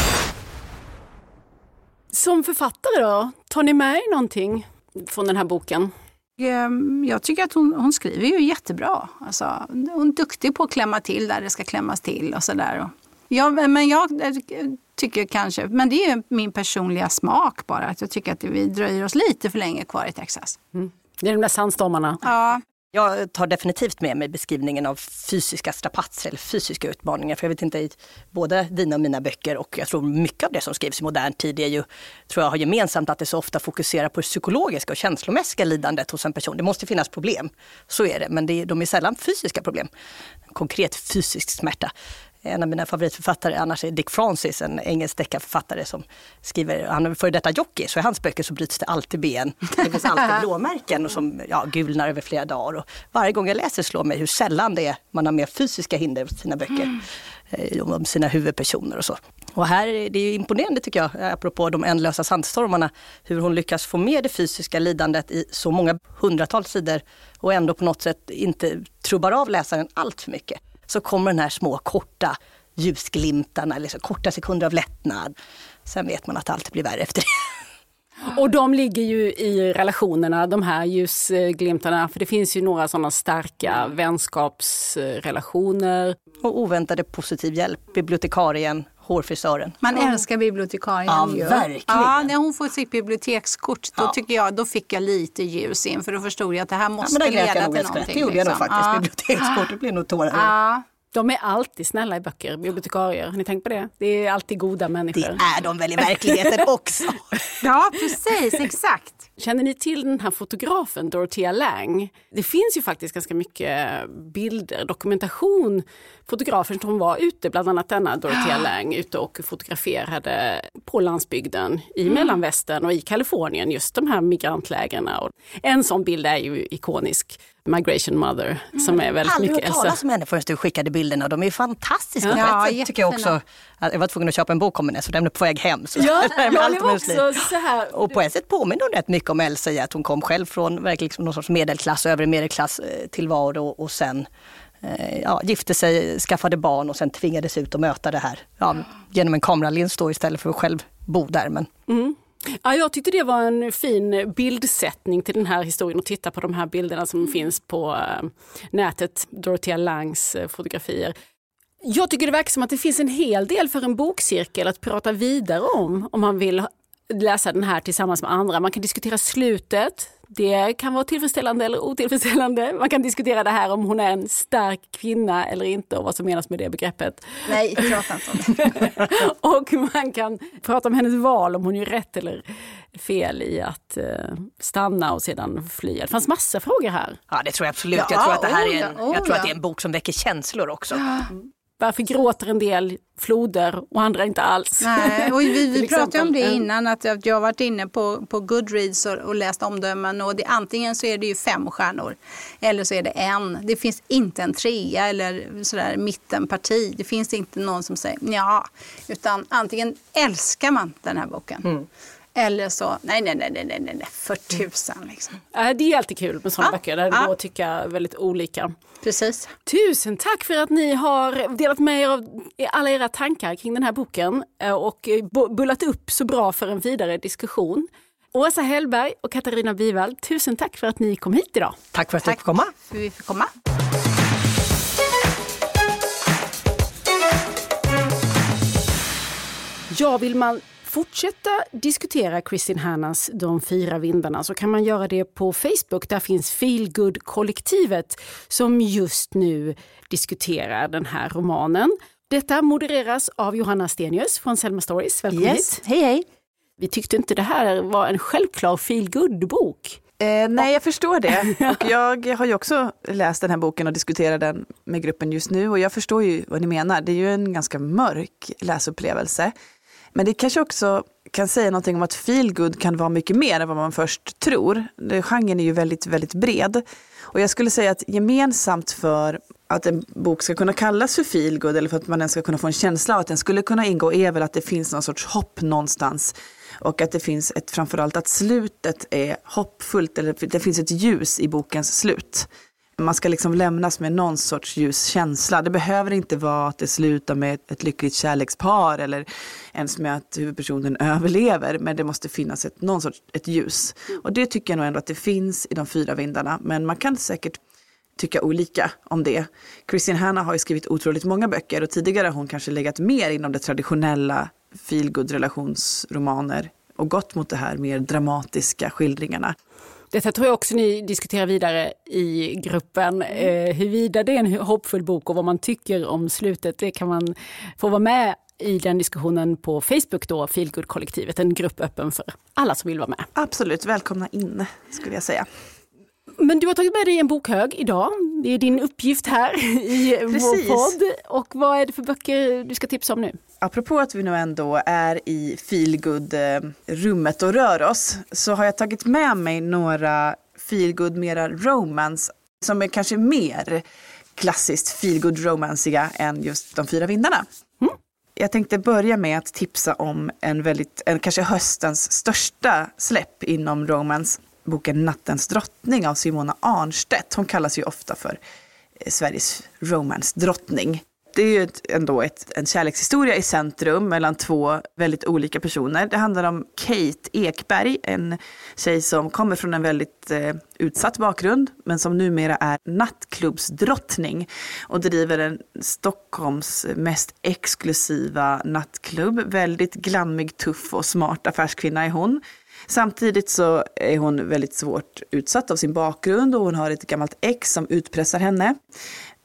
Speaker 2: Som författare då, tar ni med er någonting från den här boken?
Speaker 3: Jag tycker att hon, hon skriver ju jättebra. Alltså, hon är duktig på att klämma till där det ska klämmas till och sådär. Ja, men jag tycker kanske, men det är ju min personliga smak bara, att jag tycker att vi dröjer oss lite för länge kvar i Texas.
Speaker 2: Mm. Det är de där sandstormarna.
Speaker 3: Ja.
Speaker 4: Jag tar definitivt med mig beskrivningen av fysiska strapatser eller fysiska utmaningar. För jag vet inte, i både dina och mina böcker, och jag tror mycket av det som skrivs i modern tid är ju, tror jag har gemensamt att det så ofta fokuserar på det psykologiska och känslomässiga lidandet hos en person. Det måste finnas problem, så är det, men det är, de är sällan fysiska problem. Konkret fysisk smärta. En av mina favoritförfattare annars är Dick Francis, en engelsk deckarförfattare som skriver, han är före detta jockey, så i hans böcker så bryts det alltid ben. Det finns alltid blåmärken och som ja, gulnar över flera dagar. Och varje gång jag läser slår mig hur sällan det är man har mer fysiska hinder på sina böcker. Mm. Om sina huvudpersoner och så. Och här är det ju imponerande tycker jag, apropå de ändlösa sandstormarna, hur hon lyckas få med det fysiska lidandet i så många hundratals sidor och ändå på något sätt inte trubbar av läsaren allt för mycket. Så kommer den här små korta ljusglimtarna, eller så korta sekunder av lättnad. Sen vet man att allt blir värre efter det.
Speaker 2: Och de ligger ju i relationerna, de här ljusglimtarna, för det finns ju några sådana starka vänskapsrelationer.
Speaker 4: Och oväntade positiv hjälp, bibliotekarien, hårfrisören.
Speaker 3: Man mm. älskar bibliotekarien.
Speaker 4: Ja,
Speaker 3: ju.
Speaker 4: verkligen.
Speaker 3: Ja, när hon får sitt bibliotekskort, då
Speaker 4: ja.
Speaker 3: tycker jag, då fick jag lite ljus in, för då förstod jag att det här måste
Speaker 4: ja, men
Speaker 3: leda till
Speaker 4: någonting.
Speaker 3: Det
Speaker 4: gjorde jag nog faktiskt, ja. Bibliotekskort, det blir nog tårar.
Speaker 3: Ja.
Speaker 2: De är alltid snälla i böcker, bibliotekarier. Har ni tänkt på det? Det är alltid goda människor.
Speaker 4: Det är de väl i verkligheten också.
Speaker 3: Ja, precis, exakt.
Speaker 2: Känner ni till den här fotografen Dorothea Lange? Det finns ju faktiskt ganska mycket bilder, dokumentation. Fotografen som var ute, bland annat denna Dorothea Lange, ute och fotograferade på landsbygden i mm. Mellanvästern och i Kalifornien, just de här migrantlägren. Och en sån bild är ju ikonisk, Migration Mother, mm. som är väldigt
Speaker 4: Aldrig
Speaker 2: mycket
Speaker 4: hört talas om henne förrän du skickade bilderna. De är fantastiska.
Speaker 3: Ja,
Speaker 4: ja, tycker jag också. Jag var tvungen att köpa en bok om henne, så den är på väg hem. Så
Speaker 2: ja,
Speaker 4: jag
Speaker 2: jag var också så här.
Speaker 4: Och på ett sätt påminner hon rätt mycket om Elsa i att hon kom själv från verkligen någon sorts medelklass, övre medelklass tillvaro och sen ja, gifte sig, skaffade barn och sen tvingades ut och möta det här ja, genom en kameralins då istället för att själv bo där. Men...
Speaker 2: Mm. Ja, jag tyckte det var en fin bildsättning till den här historien och titta på de här bilderna som mm. finns på uh, nätet, Dorothea Langes uh, fotografier. Jag tycker det verkar som att det finns en hel del för en bokcirkel att prata vidare om, om man vill läsa den här tillsammans med andra. Man kan diskutera slutet. Det kan vara tillfredsställande eller otillfredsställande. Man kan diskutera det här om hon är en stark kvinna eller inte och vad som menas med det begreppet.
Speaker 3: Nej, prata inte om det.
Speaker 2: Och man kan prata om hennes val, om hon gör rätt eller fel i att uh, stanna och sedan fly. Det fanns massa frågor här.
Speaker 4: Ja, det tror jag absolut.
Speaker 3: Ja,
Speaker 4: jag tror att det här är en,
Speaker 3: oh,
Speaker 4: jag tror
Speaker 3: ja.
Speaker 4: att det är en bok som väcker känslor också. Ja.
Speaker 2: Varför gråter en del floder och andra inte alls?
Speaker 3: Nej, och vi, vi pratade om det innan, att jag har varit inne på, på Goodreads och, och läst omdömen. Och det, antingen så är det ju fem stjärnor eller så är det en. Det finns inte en trea eller sådär mittenparti. Det finns inte någon som säger ja, utan antingen älskar man den här boken. Mm. Eller så, nej, nej, nej, nej, nej, nej, för tusan liksom.
Speaker 2: Äh, det är alltid kul med sådana
Speaker 3: ja,
Speaker 2: böcker där det
Speaker 3: ja.
Speaker 2: går att tycka väldigt olika.
Speaker 3: Precis.
Speaker 2: Tusen tack för att ni har delat med er av alla era tankar kring den här boken och bullat upp så bra för en vidare diskussion. Åsa Hellberg och Katarina Bivald, tusen tack för att ni kom hit idag.
Speaker 4: Tack för att
Speaker 3: tack
Speaker 4: du fick komma.
Speaker 3: För att vi fick komma.
Speaker 2: Ja, vill man fortsätta diskutera Kristin Hannas De fyra vindarna så kan man göra det på Facebook. Där finns Feelgood-kollektivet som just nu diskuterar den här romanen. Detta modereras av Johanna Stenius från Selma Stories. Välkommen
Speaker 9: yes.
Speaker 2: hit.
Speaker 9: Hej, hej.
Speaker 2: Vi tyckte inte det här var en självklar feelgood-bok.
Speaker 9: Eh, nej, jag förstår det. Och jag har ju också läst den här boken och diskuterar den med gruppen just nu. Och jag förstår ju vad ni menar. Det är ju en ganska mörk läsupplevelse. Men det kanske också kan säga någonting om att feelgood kan vara mycket mer än vad man först tror. Genren är ju väldigt, väldigt bred. Och jag skulle säga att gemensamt för att en bok ska kunna kallas för feelgood eller för att man ens ska kunna få en känsla av att den skulle kunna ingå är väl att det finns någon sorts hopp någonstans. Och att det finns ett, framförallt att slutet är hoppfullt eller det finns ett ljus i bokens slut. Man ska liksom lämnas med någon sorts ljuskänsla. Det behöver inte vara att det slutar med ett, ett lyckligt kärlekspar eller ens med att huvudpersonen överlever. Men det måste finnas ett, någon sorts ett ljus. Och det tycker jag nog ändå att det finns i De fyra vindarna. Men man kan säkert tycka olika om det. Kristin Hanna har ju skrivit otroligt många böcker och tidigare har hon kanske legat mer inom det traditionella feelgood-relationsromaner och gått mot det här mer dramatiska skildringarna.
Speaker 2: Detta tror jag också ni diskuterar vidare i gruppen. Eh, huruvida det är en hoppfull bok och vad man tycker om slutet, det kan man få vara med i den diskussionen på Facebook då, Feelgood-kollektivet, en grupp öppen för alla som vill vara med.
Speaker 9: Absolut, välkomna in skulle jag säga.
Speaker 2: Men du har tagit med dig en bokhög idag. Det är din uppgift här i
Speaker 9: Precis.
Speaker 2: vår podd. Och vad är det för böcker du ska tipsa om nu?
Speaker 9: Apropå att vi nu ändå är i feelgood-rummet och rör oss så har jag tagit med mig några feelgood, mera romance som är kanske mer klassiskt feelgood-romansiga än just De fyra vindarna. Mm. Jag tänkte börja med att tipsa om en väldigt, en kanske höstens största släpp inom romance. Boken Nattens drottning av Simona Arnstedt. Hon kallas ju ofta för Sveriges romance-drottning. Det är ju ett, ändå ett, en kärlekshistoria i centrum mellan två väldigt olika personer. Det handlar om Kate Ekberg, en tjej som kommer från en väldigt eh, utsatt bakgrund men som numera är nattklubbsdrottning och driver en Stockholms mest exklusiva nattklubb. Väldigt glammig, tuff och smart affärskvinna är hon. Samtidigt så är hon väldigt svårt utsatt av sin bakgrund och hon har ett gammalt ex som utpressar henne.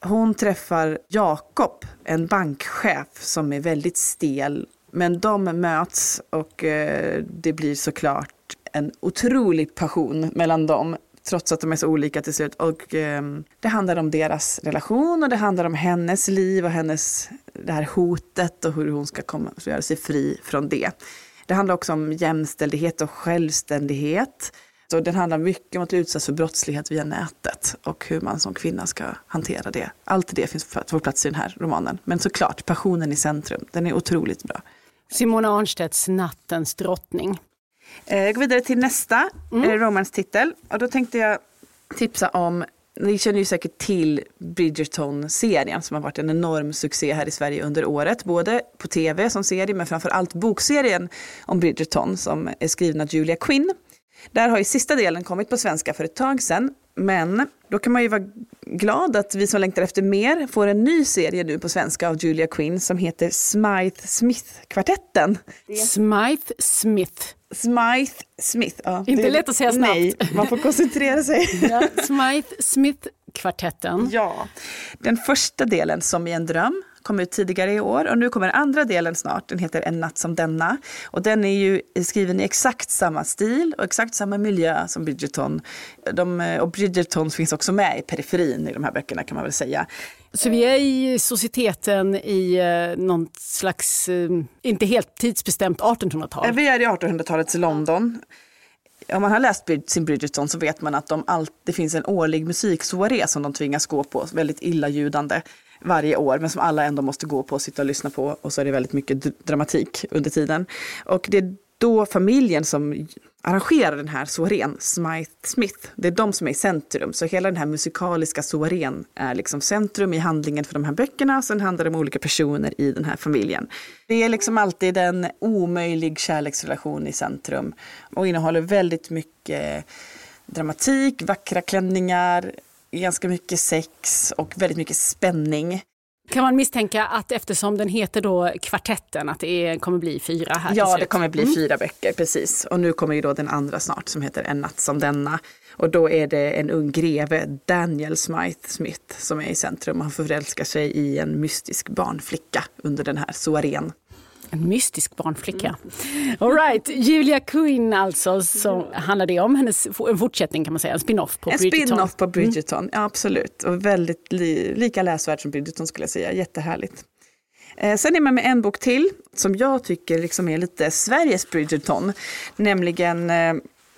Speaker 9: Hon träffar Jakob, en bankchef som är väldigt stel. Men de möts och eh, det blir såklart en otrolig passion mellan dem. Trots att de är så olika till slut. Och eh, det handlar om deras relation och det handlar om hennes liv och hennes, det här hotet och hur hon ska komma och göra sig fri från det. Det handlar också om jämställdhet och självständighet. Så den handlar mycket om att utsättas för brottslighet via nätet och hur man som kvinna ska hantera det. Allt det finns på plats i den här romanen. Men såklart, passionen i centrum. Den är otroligt bra.
Speaker 2: Simona Arnstedts Nattens drottning.
Speaker 9: Jag går vidare till nästa
Speaker 2: mm.
Speaker 9: romanstitel. Och då tänkte jag tipsa om, ni känner ju säkert till Bridgerton-serien som har varit en enorm succé här i Sverige under året. Både på tv som serie men framförallt bokserien om Bridgerton som är skriven av Julia Quinn. Där har ju sista delen kommit på svenska för ett tag sedan. Men då kan man ju vara glad att vi som längtar efter mer får en ny serie nu på svenska av Julia Quinn som heter Smythe Smith-kvartetten.
Speaker 2: Smythe Smith.
Speaker 9: Smythe Smith. Ja,
Speaker 2: Inte
Speaker 9: det,
Speaker 2: lätt att säga snabbt.
Speaker 9: Nej, man får koncentrera sig.
Speaker 2: Ja, Smythe Smith-kvartetten.
Speaker 9: Ja, den första delen som i en dröm kom ut tidigare i år och nu kommer andra delen snart. Den heter En natt som denna och den är ju skriven i exakt samma stil och exakt samma miljö som Bridgerton. De, och Bridgerton finns också med i periferin i de här böckerna kan man väl säga.
Speaker 2: Så vi är i societeten i eh, någon slags, eh, inte helt tidsbestämt artonhundratal?
Speaker 9: Vi är i artonhundratalets London. Om man har läst sin Bridgerton så vet man att de all, det finns en årlig musiksoaré som de tvingas gå på, väldigt illaljudande varje år, men som alla ändå måste gå på och sitta och lyssna på och så är det väldigt mycket d- dramatik under tiden. Och det är då familjen som arrangerar den här soarén, Smythe Smith, det är de som är i centrum. Så hela den här musikaliska soarén är liksom centrum i handlingen för de här böckerna. Sen handlar det om olika personer i den här familjen. Det är liksom alltid en omöjlig kärleksrelation i centrum och innehåller väldigt mycket dramatik, vackra klänningar, ganska mycket sex och väldigt mycket spänning.
Speaker 2: Kan man misstänka att eftersom den heter då Kvartetten att det är, kommer bli fyra här?
Speaker 9: Ja, det kommer bli mm. fyra böcker, precis. Och nu kommer ju då den andra snart som heter En natt som denna. Och då är det en ung greve, Daniel Smythe Smith, som är i centrum. Han förälskar sig i en mystisk barnflicka under den här soarén.
Speaker 2: En mystisk barnflicka. Mm. All right, Julia Quinn alltså, så handlar det om hennes en fortsättning kan man säga, en spin-off på
Speaker 9: en
Speaker 2: Bridgerton. En
Speaker 9: spin-off på Bridgerton, mm. ja, absolut. Och väldigt li, lika läsvärd som Bridgerton skulle jag säga, jättehärligt. Eh, sen är man med en bok till som jag tycker liksom är lite Sveriges Bridgerton, nämligen eh,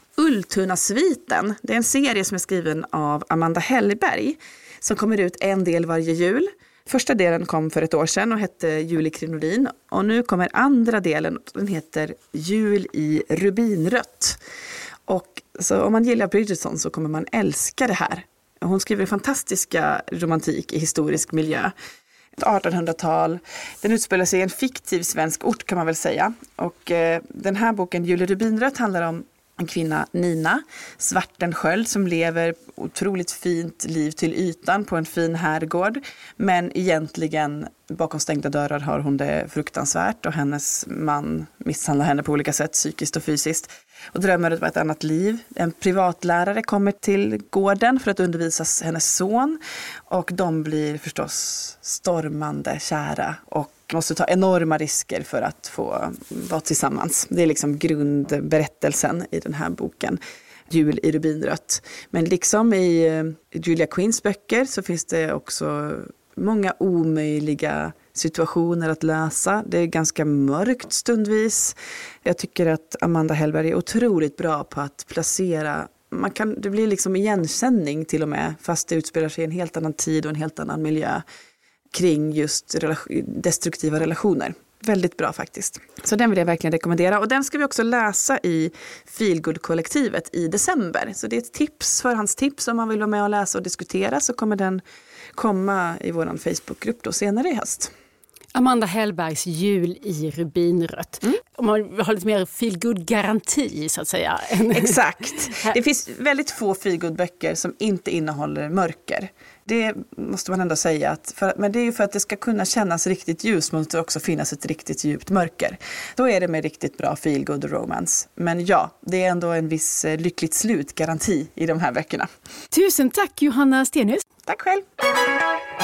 Speaker 9: Ulltunna-sviten. Det är en serie som är skriven av Amanda Hellberg som kommer ut en del varje jul. Första delen kom för ett år sedan och hette Jul i krinolin. Och nu kommer andra delen, den heter Jul i rubinrött. Och så om man gillar Bridgerton så kommer man älska det här. Hon skriver fantastiska romantik i historisk miljö. Ett artonhundratal. Den utspelar sig i en fiktiv svensk ort kan man väl säga. Och eh, den här boken Jul i rubinrött handlar om en kvinna, Nina Svartensköld, som lever otroligt fint liv till ytan på en fin herrgård. Men egentligen bakom stängda dörrar har hon det fruktansvärt och hennes man misshandlar henne på olika sätt, psykiskt och fysiskt. Och drömmer om ett annat liv. En privatlärare kommer till gården för att undervisa hennes son. Och de blir förstås stormande kära och måste ta enorma risker för att få vara tillsammans. Det är liksom grundberättelsen i den här boken. Jul i rubinrött. Men liksom i Julia Quinns böcker så finns det också många omöjliga situationer att lösa. Det är ganska mörkt stundvis. Jag tycker att Amanda Hellberg är otroligt bra på att placera. Man kan, det blir liksom igenkänning till och med, fast det utspelar sig i en helt annan tid och en helt annan miljö kring just relation, destruktiva relationer. Väldigt bra faktiskt. Så den vill jag verkligen rekommendera. Och den ska vi också läsa i Feelgood-kollektivet i december. Så det är ett tips, förhandstips om man vill vara med och läsa och diskutera, så kommer den komma i vår Facebookgrupp då senare i höst.
Speaker 2: Amanda Hellbergs Jul i rubinrött. Mm. Om man har lite mer feelgood-garanti så att säga.
Speaker 9: Exakt. Det finns väldigt få feelgood-böcker som inte innehåller mörker. Det måste man ändå säga. Att för, men det är ju för att det ska kunna kännas riktigt ljus, måste det också finnas ett riktigt djupt mörker. Då är det med riktigt bra feelgood romance. Men ja, det är ändå en viss lyckligt slut-garanti i de här böckerna.
Speaker 2: Tusen tack Johanna Stenhus.
Speaker 9: Tack själv.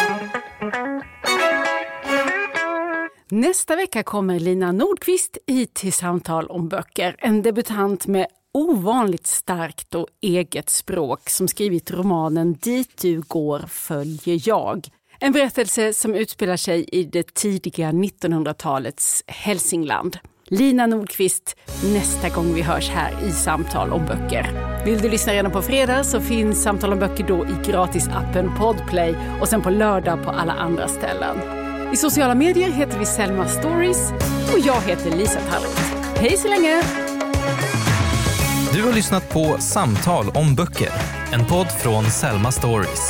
Speaker 2: Nästa vecka kommer Lina Nordqvist hit till Samtal om böcker. En debutant med ovanligt starkt och eget språk som skrivit romanen Dit du går följer jag. En berättelse som utspelar sig i det tidiga nittonhundratalets Hälsingland. Lina Nordqvist nästa gång vi hörs här i Samtal om böcker. Vill du lyssna redan på fredag så finns Samtal om böcker då i gratisappen Podplay och sen på lördag på alla andra ställen. I sociala medier heter vi Selma Stories och jag heter Lisa Tallroth. Hej så länge!
Speaker 10: Du har lyssnat på Samtal om böcker, en podd från Selma Stories.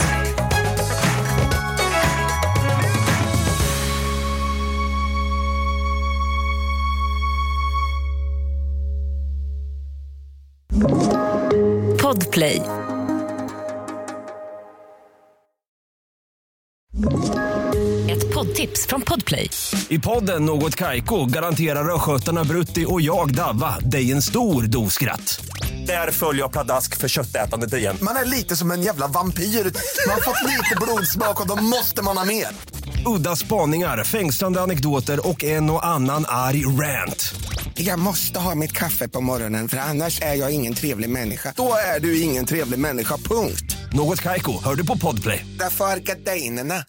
Speaker 1: Podplay. Ett poddtips från Podplay.
Speaker 5: I podden Något Kaiko garanterar röskötarna Brutti och jag Davva dig en stor doskratt. Där följer jag pladask för köttätandet igen.
Speaker 6: Man är lite som en jävla vampyr. Man har fått lite blodsmak och då måste man ha mer.
Speaker 5: Udda spaningar, fängslande anekdoter och en och annan arg rant.
Speaker 6: Jag måste ha mitt kaffe på morgonen för annars är jag ingen trevlig människa. Då är du ingen trevlig människa, punkt.
Speaker 5: Något Kaiko, hör du på Podplay.
Speaker 6: Därför är gardinerna.